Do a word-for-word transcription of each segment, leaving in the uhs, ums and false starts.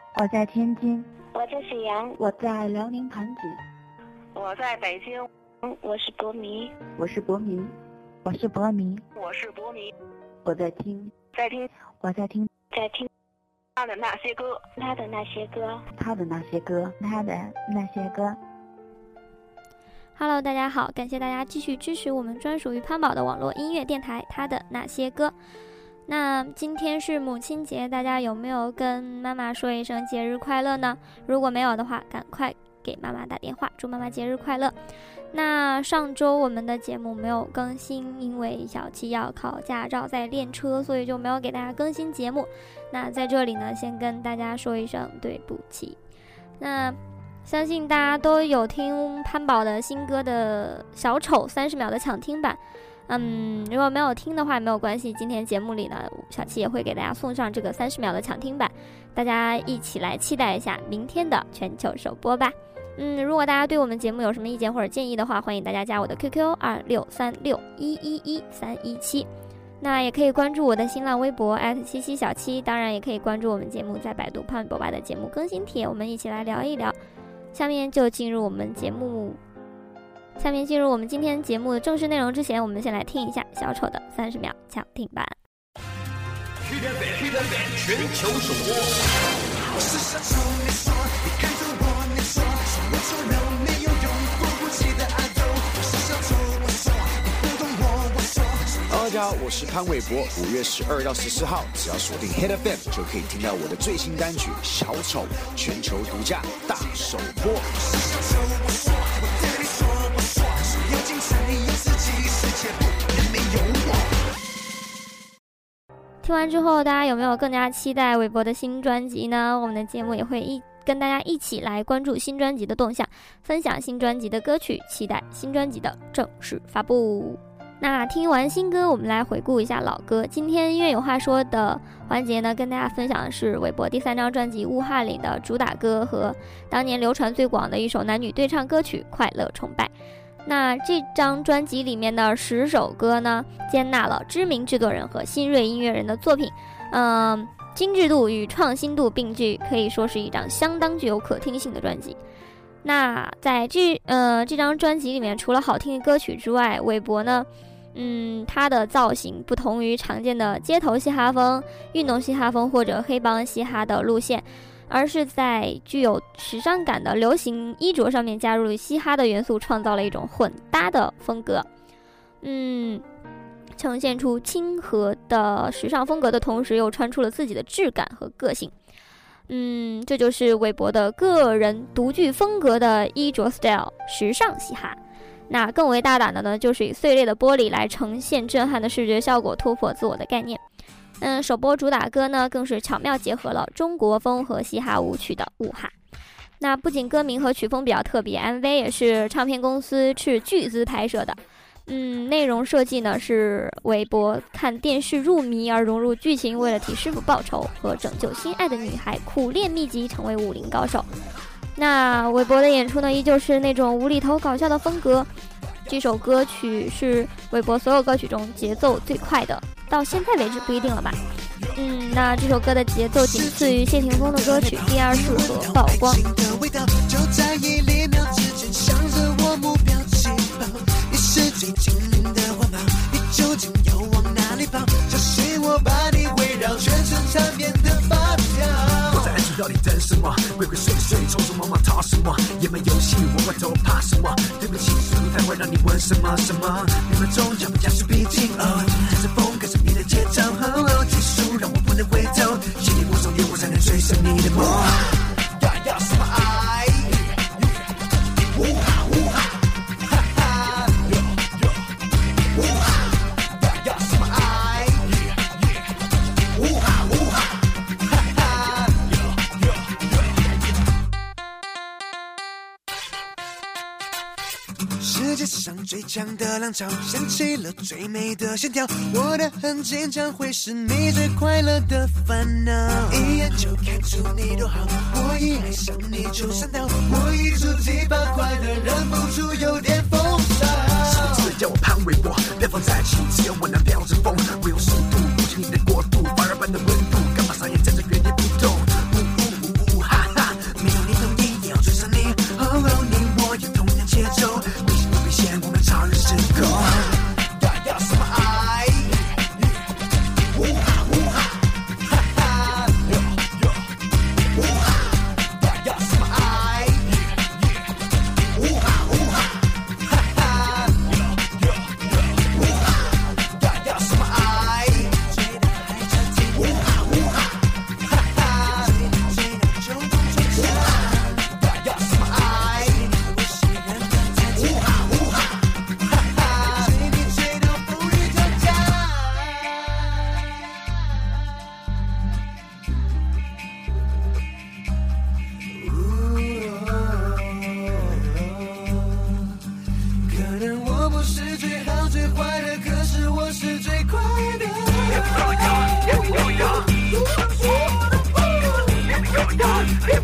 我在天津， 我在沈阳， 我在辽宁盘锦， 我在北京， 我是博迷， 我是博迷，我是博迷， 我是博迷， 我在听， 在听， 我在听， 在听他的那些歌， 他的那些歌， 他的那些歌，他的那些歌。 Hello， 大家好，感谢大家继续支持我们专属于潘宝的网络音乐电台《他的那些歌》。那今天是母亲节，大家有没有跟妈妈说一声节日快乐呢？如果没有的话，赶快给妈妈打电话，祝妈妈节日快乐。那上周我们的节目没有更新，因为小七要考驾照在练车，所以就没有给大家更新节目。那在这里呢，先跟大家说一声对不起。那相信大家都有听潘宝的新歌的小丑三十秒的抢听版，嗯，如果没有听的话也没有关系，今天节目里呢，小七也会给大家送上这个三十秒的抢听版，大家一起来期待一下明天的全球首播吧。嗯，如果大家对我们节目有什么意见或者建议的话，欢迎大家加我的 Q Q 二六三六一一一三一七，那也可以关注我的新浪微博艾特七七小七，当然也可以关注我们节目在百度潘博吧的节目更新帖，我们一起来聊一聊。下面就进入我们节目，下面进入我们今天节目的正式内容之前，我们先来听一下小丑的三十秒抢听版。 全球首播。我是小丑，你说，你看着我，你说，说我丑陋没有用，过不去的爱豆。我是小丑，我说，你不懂我，我说。Hello， 大家好，我是潘玮柏。五月十二到十四号，只要锁定 Hit F M 就可以听到我的最新单曲《小丑》，全球独家大首播。我是小丑，我说，我对你说，我说，有精彩，有刺激，世界不能没有我。 听完之后，大家有没有更加期待玮柏的新专辑呢？我们的节目也会一跟大家一起来关注新专辑的动向，分享新专辑的歌曲，期待新专辑的正式发布。那听完新歌，我们来回顾一下老歌。今天音乐有话说的环节呢，跟大家分享的是玮柏第三张专辑《雾哈里》的主打歌和当年流传最广的一首男女对唱歌曲《快乐崇拜》。那这张专辑里面的十首歌呢，接纳了知名制作人和新锐音乐人的作品，嗯、呃，精致度与创新度并具，可以说是一张相当具有可听性的专辑。那在这呃这张专辑里面，除了好听的歌曲之外，玮柏呢，嗯，他的造型不同于常见的街头嘻哈风、运动嘻哈风或者黑帮嘻哈的路线，而是在具有时尚感的流行衣着上面加入了嘻哈的元素，创造了一种混搭的风格，嗯，呈现出亲和的时尚风格的同时，又穿出了自己的质感和个性。嗯，这就是玮柏的个人独具风格的衣着 style， 时尚嘻哈。那更为大胆的呢，就是以碎裂的玻璃来呈现震撼的视觉效果，突破自我的概念。嗯，首播主打歌呢，更是巧妙结合了中国风和嘻哈舞曲的雾哈。那不仅歌名和曲风比较特别 ，M V 也是唱片公司斥巨资拍摄的。嗯，内容设计呢是玮柏看电视入迷而融入剧情，为了替师傅报仇和拯救心爱的女孩，苦练秘籍成为武林高手。那玮柏的演出呢，依旧是那种无厘头搞笑的风格。这首歌曲是玮柏所有歌曲中节奏最快的，到现在为止不一定了吧。嗯，那这首歌的节奏仅次于谢霆锋的歌曲《第二世》和《曝光》。 就在一厘秒之间，向着我目标起跑，你是最精灵的环保，你究竟要往哪里跑？相信我把你围绕，全身缠绵的发条。我在暗处到底等什么？鬼鬼祟祟，匆匆忙忙逃什么？野蛮游戏，我回头怕什么？对不起，速度太快，让你问什么什么？你们中要不要是毕竟哦？跟着风，跟着你的节奏，哦，技术让我不能回头，心里无所有，我才能追上你的梦。要要什么爱？呜哈呜哈，哈哈，呜哈，要要什么爱？呜哈呜哈，哈哈。世界上最强的浪潮，掀起了最美的线条。我的很坚强，会是你最快乐的烦恼。一眼就看出你多好，我一爱上你就上道。我一触即发，快乐忍不住有点疯骚。是不是要我潘玮柏，别放在一起，只有我能飙着风。我用速度不进你的国度，反而般的温度，干嘛傻眼站着原地不动？呜呜呜呜，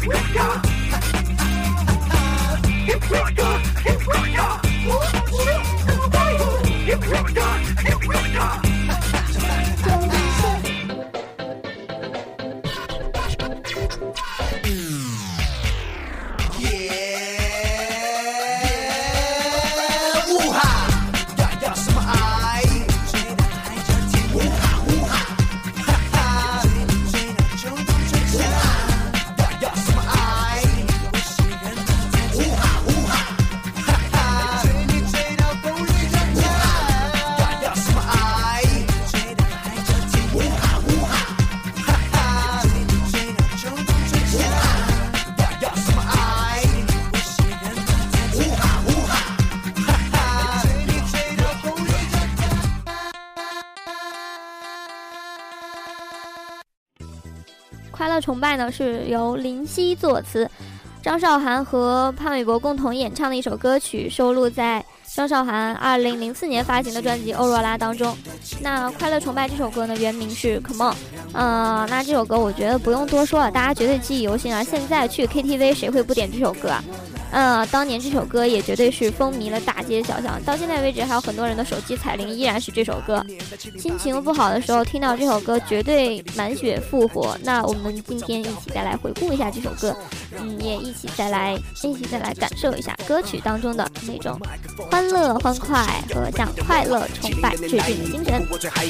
快乐崇拜呢是由林夕作词，张韶涵和潘玮柏共同演唱的一首歌曲，收录在张韶涵二零零四年发行的专辑《欧若拉》当中。那快乐崇拜这首歌呢，原名是 Come On， 呃，那这首歌我觉得不用多说了，大家绝对记忆犹新啊！现在去 K T V 谁会不点这首歌啊？呃，当年这首歌也绝对是风靡了大街小巷，到现在为止还有很多人的手机彩铃依然是这首歌。心情不好的时候听到这首歌，绝对满血复活。那我们今天一起再来回顾一下这首歌，嗯，也一起再来一起再来感受一下歌曲当中的那种欢乐欢快和向快乐崇拜致敬的精神。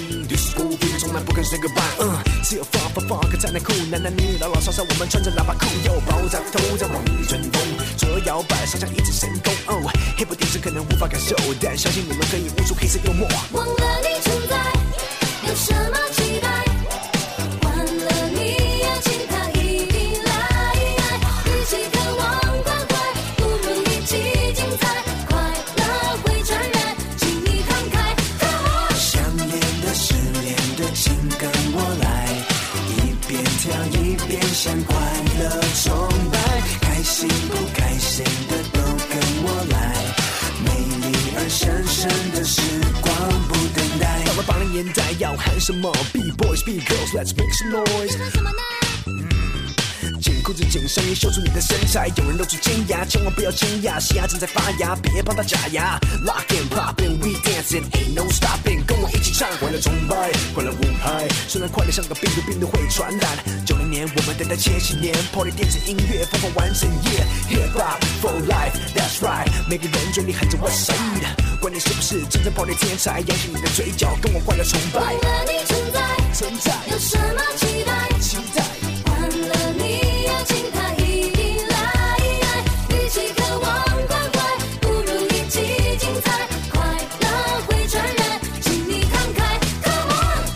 只有放放放个在那酷，男男女女老老少少，我们穿着喇叭裤，又爆炸头在往里吹风，左右摇摆，上下一直神功。哦，黑白电视可能无法感受，但相信你们可以悟出黑色幽默。 忘了你存在，有什么期待？换了你呀，请他一定来。与其渴望关怀，不如一起精彩。快乐会传染，请你慷慨。 想念的、失恋的，请跟我来。一边跳一边向快乐崇拜，开心不开心的都跟我来，美丽而神圣的时光不等待。到了八零年代要喊什么 ？Be boys, be girls, let's make some noise。 说什么呢？ 紧裤子紧上衣，秀出你的身材。有人露出尖牙，千万不要惊讶，西牙正在发芽，别帮他假牙。Lock and pop and we dancing, ain't no stopping， 跟我一起唱，快乐崇拜，快乐舞拍。虽然快乐像个病毒，病毒会传染。九零年我们等待千禧年 ，Party 电子音乐疯狂完整夜 ，Hip Hop for life, that's right。每个人嘴里喊着 West Side， 管你是不是真正 Party 天才，扬起你的嘴角，跟我快乐崇拜。 忘了你存在， 存在， 有什么期待？ 期待。 换了你呀，请他一定来。与其渴望关怀，不如一起精彩。快乐会传染，请你慷慨。Come on！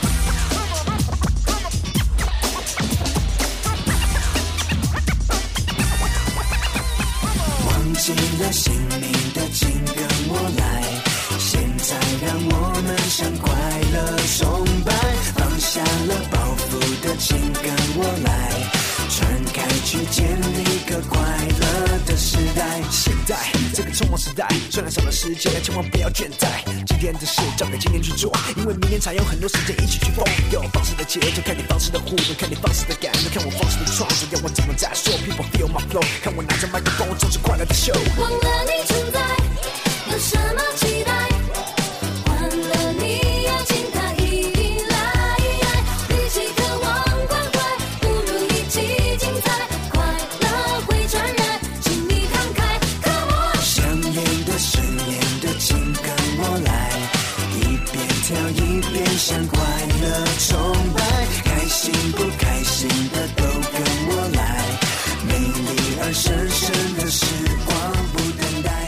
忘记了姓名的，请跟我来。现在让我们向快乐崇拜，放下了包袱的，请跟我来，传开去建立个快乐的时代。现在这个匆忙时代，虽然少了时间，千万不要倦怠。今天的事交给今天去做，因为明天才有很多时间一起去疯。有方式的节奏，看你方式的互动，看你方式的感动，看我方式的创作，要我怎么再说 ？People feel my flow， 看我拿着麦克风，总是快乐的秀。 忘了你存在，有什么期待？换了你呀，请他一定来。与其渴望关怀，不如一起精彩。快乐会传染，请你慷慨。Come on！ 想念的、失恋的，请跟我来，一边跳一边向快乐崇拜，开心不开心的都跟我来，美丽而神圣的时光不等待。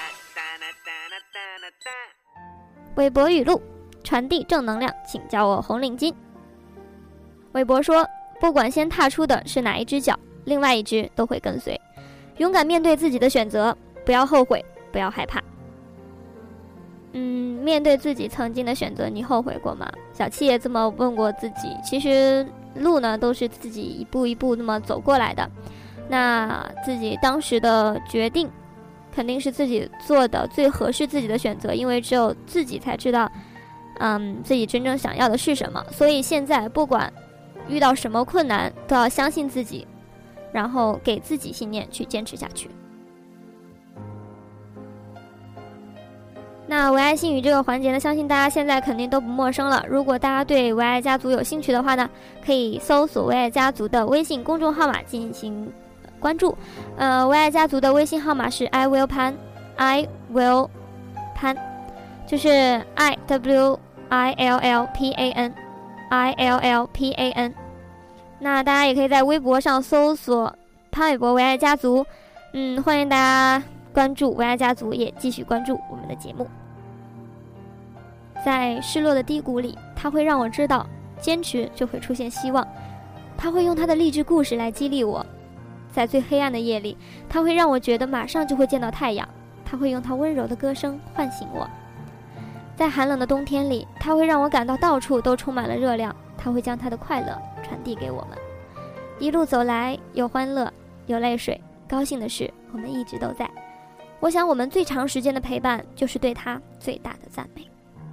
微博语录：传递正能量，请叫我红领巾。微博说，不管先踏出的是哪一只脚，另外一只都会跟随。勇敢面对自己的选择，不要后悔，不要害怕。嗯，面对自己曾经的选择，你后悔过吗？小七也这么问过自己。其实路呢，都是自己一步一步那么走过来的。那自己当时的决定，肯定是自己做的最合适自己的选择，因为只有自己才知道，嗯，自己真正想要的是什么。所以现在不管遇到什么困难，都要相信自己， 然后给自己信念去坚持下去。那唯爱信语这个环节呢，相信大家现在肯定都不陌生了。如果大家对唯爱家族有兴趣的话呢，可以搜索唯爱家族的微信公众号码进行关注。呃，唯爱家族的微信号码是 I will pan I will pan， 就是 I W I L L P A N I L L P A N。 那大家也可以在微博上搜索潘玮柏唯爱家族，嗯，欢迎大家关注唯爱家族，也继续关注我们的节目。在失落的低谷里，他会让我知道坚持就会出现希望，他会用他的励志故事来激励我。在最黑暗的夜里，他会让我觉得马上就会见到太阳，他会用他温柔的歌声唤醒我。在寒冷的冬天里，他会让我感到到处都充满了热量，他会将他的快乐传递给我们。一路走来，有欢乐，有泪水，高兴的事我们一直都在。我想我们最长时间的陪伴，就是对他最大的赞美。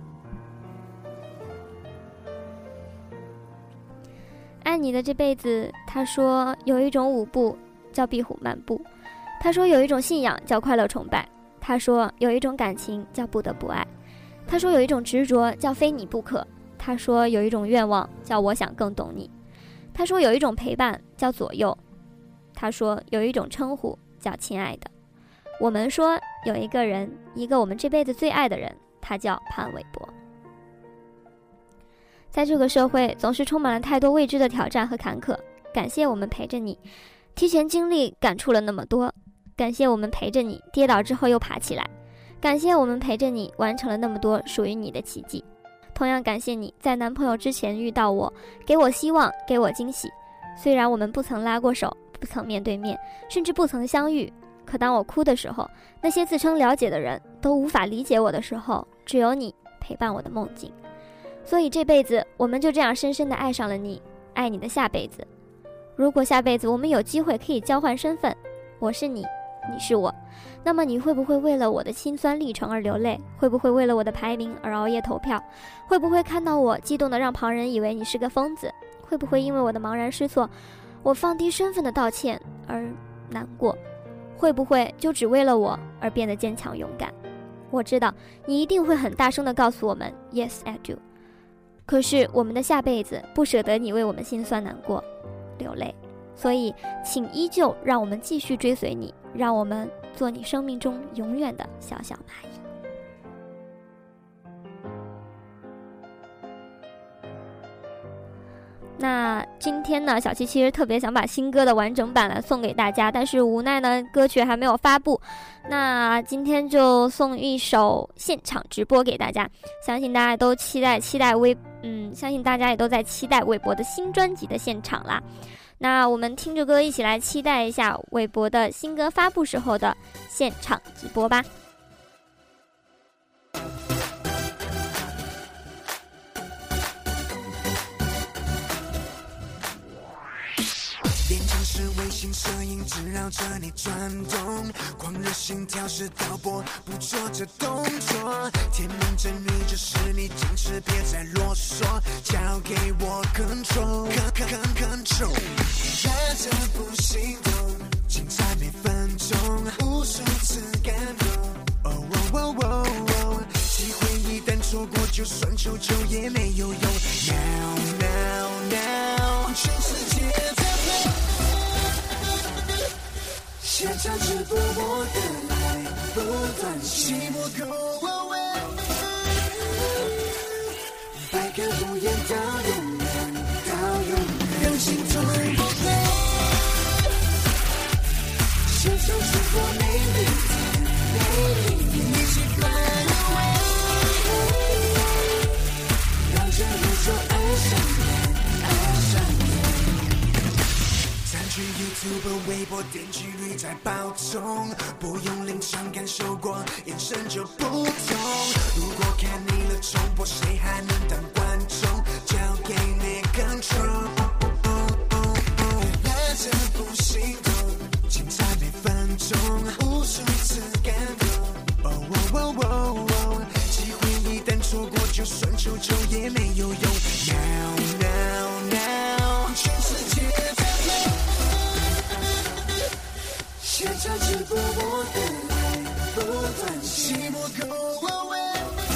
爱你的这辈子，他说有一种舞步叫壁虎漫步，他说有一种信仰叫快乐崇拜，他说有一种感情叫不得不爱，他说有一种执着叫非你不可，他说有一种愿望叫我想更懂你，他说有一种陪伴叫左右，他说有一种称呼叫亲爱的。我们说有一个人，一个我们这辈子最爱的人，他叫潘玮柏。在这个社会总是充满了太多未知的挑战和坎坷，感谢我们陪着你，提前经历感触了那么多，感谢我们陪着你跌倒之后又爬起来，感谢我们陪着你完成了那么多属于你的奇迹，同样感谢你在男朋友之前遇到我，给我希望，给我惊喜。虽然我们不曾拉过手，不曾面对面，甚至不曾相遇，可当我哭的时候，那些自称了解的人都无法理解我的时候，只有你陪伴我的梦境。所以这辈子我们就这样深深地爱上了你，爱你的下辈子。如果下辈子我们有机会可以交换身份，我是你，你是我，那么你会不会为了我的辛酸历程而流泪？会不会为了我的排名而熬夜投票？会不会看到我激动的让旁人以为你是个疯子？会不会因为我的茫然失措，我放低身份的道歉而难过？会不会就只为了我而变得坚强勇敢？我知道你一定会很大声地告诉我们 Yes I do， 可是我们的下辈子不舍得你为我们心酸难过流泪，所以请依旧让我们继续追随你，让我们做你生命中永远的小小蚂蚁。那今天呢，小七其实特别想把新歌的完整版来送给大家，但是无奈呢，歌曲还没有发布。那今天就送一首现场直播给大家，相信大家都期待期待微嗯，相信大家也都在期待玮柏的新专辑的现场啦。那我们听着歌一起来期待一下玮柏的新歌发布时候的现场直播吧。 微信摄影只绕着你转动，狂热心跳是导播，捕捉着动作。甜言真语就是你坚持，别再啰嗦，交给我 control control。爱着不心动，精彩每分钟，无数次感动。哦哦哦哦哦，机会一旦错过，就算求救也没有用。Now now now， 全世界在play。现场直播我的爱不断起我口百个不言到永远到永远，让心痛不飞。现场直播美丽的美丽，一起 fly away， 让这宇宙爱上你，爱上你。占据 YouTube 微博点击率在爆冲，不用临场感受过，眼神就不同。如果看腻了重播，谁还能当观众？交给你 control。爱着不心动，精彩每分钟，无数次感动。哦哦哦哦哦，机会一旦错过，就算求救也没有用。Now now now， 全世界在 play。 现场直播我的爱不断寂寞 go away，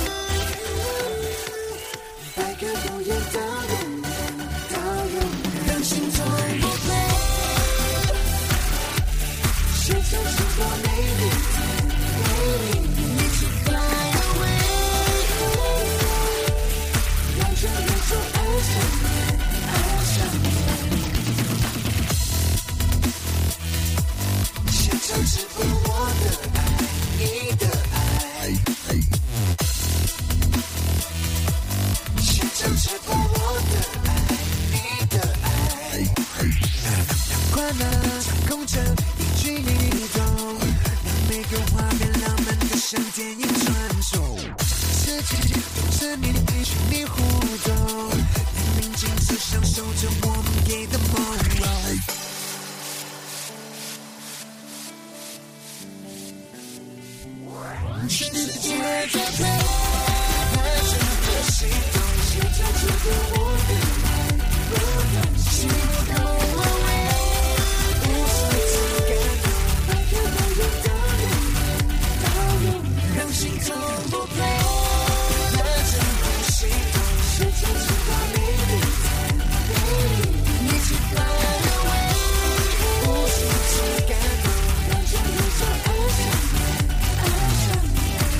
百个不言到永远到永远，让心中不飞。现场直播美丽美丽，一起 fly away， 让这宇宙爱上你爱上你。现场直播我的爱你的爱，现场直播我的爱你的爱，阳光呢掌控着一举一动，让每个画面浪漫的像电影传送，世界跟着你与你互动，黎明镜子享受着我们给的梦。全世界在追，带着我心动，现场直播我的爱，不断寂寞 go away， 无数次感动，百个都有到永远到永远，让心痛不配，带着我心动，现场直播美丽美丽，一起 fly away， 无数次感动，让这宇宙爱上你爱上你。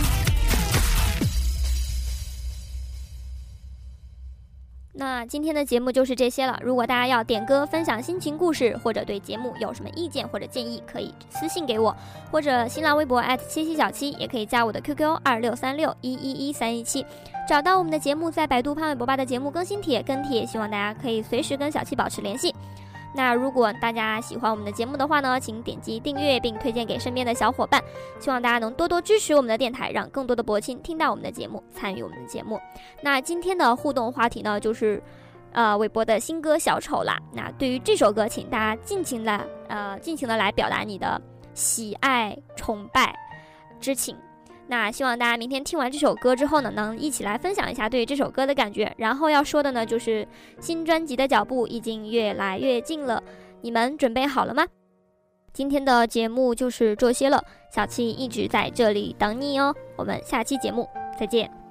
那今天的节目就是这些了。如果大家要点歌、分享心情故事，或者对节目有什么意见或者建议，可以私信给我，或者新浪微博七七小七，也可以加我的 Q Q 二六三六一一一三一七。找到我们的节目，在百度潘玮柏爸的节目更新帖跟帖，希望大家可以随时跟小七保持联系。那如果大家喜欢我们的节目的话呢，请点击订阅并推荐给身边的小伙伴，希望大家能多多支持我们的电台，让更多的柏青听到我们的节目，参与我们的节目。那今天的互动话题呢，就是呃韦伯的新歌《小丑》啦。那对于这首歌，请大家尽情的呃尽情的来表达你的喜爱、崇拜之情。那希望大家明天听完这首歌之后呢，能一起来分享一下对于这首歌的感觉。然后要说的呢，就是新专辑的脚步已经越来越近了，你们准备好了吗？今天的节目就是这些了，小七一直在这里等你哦，我们下期节目再见。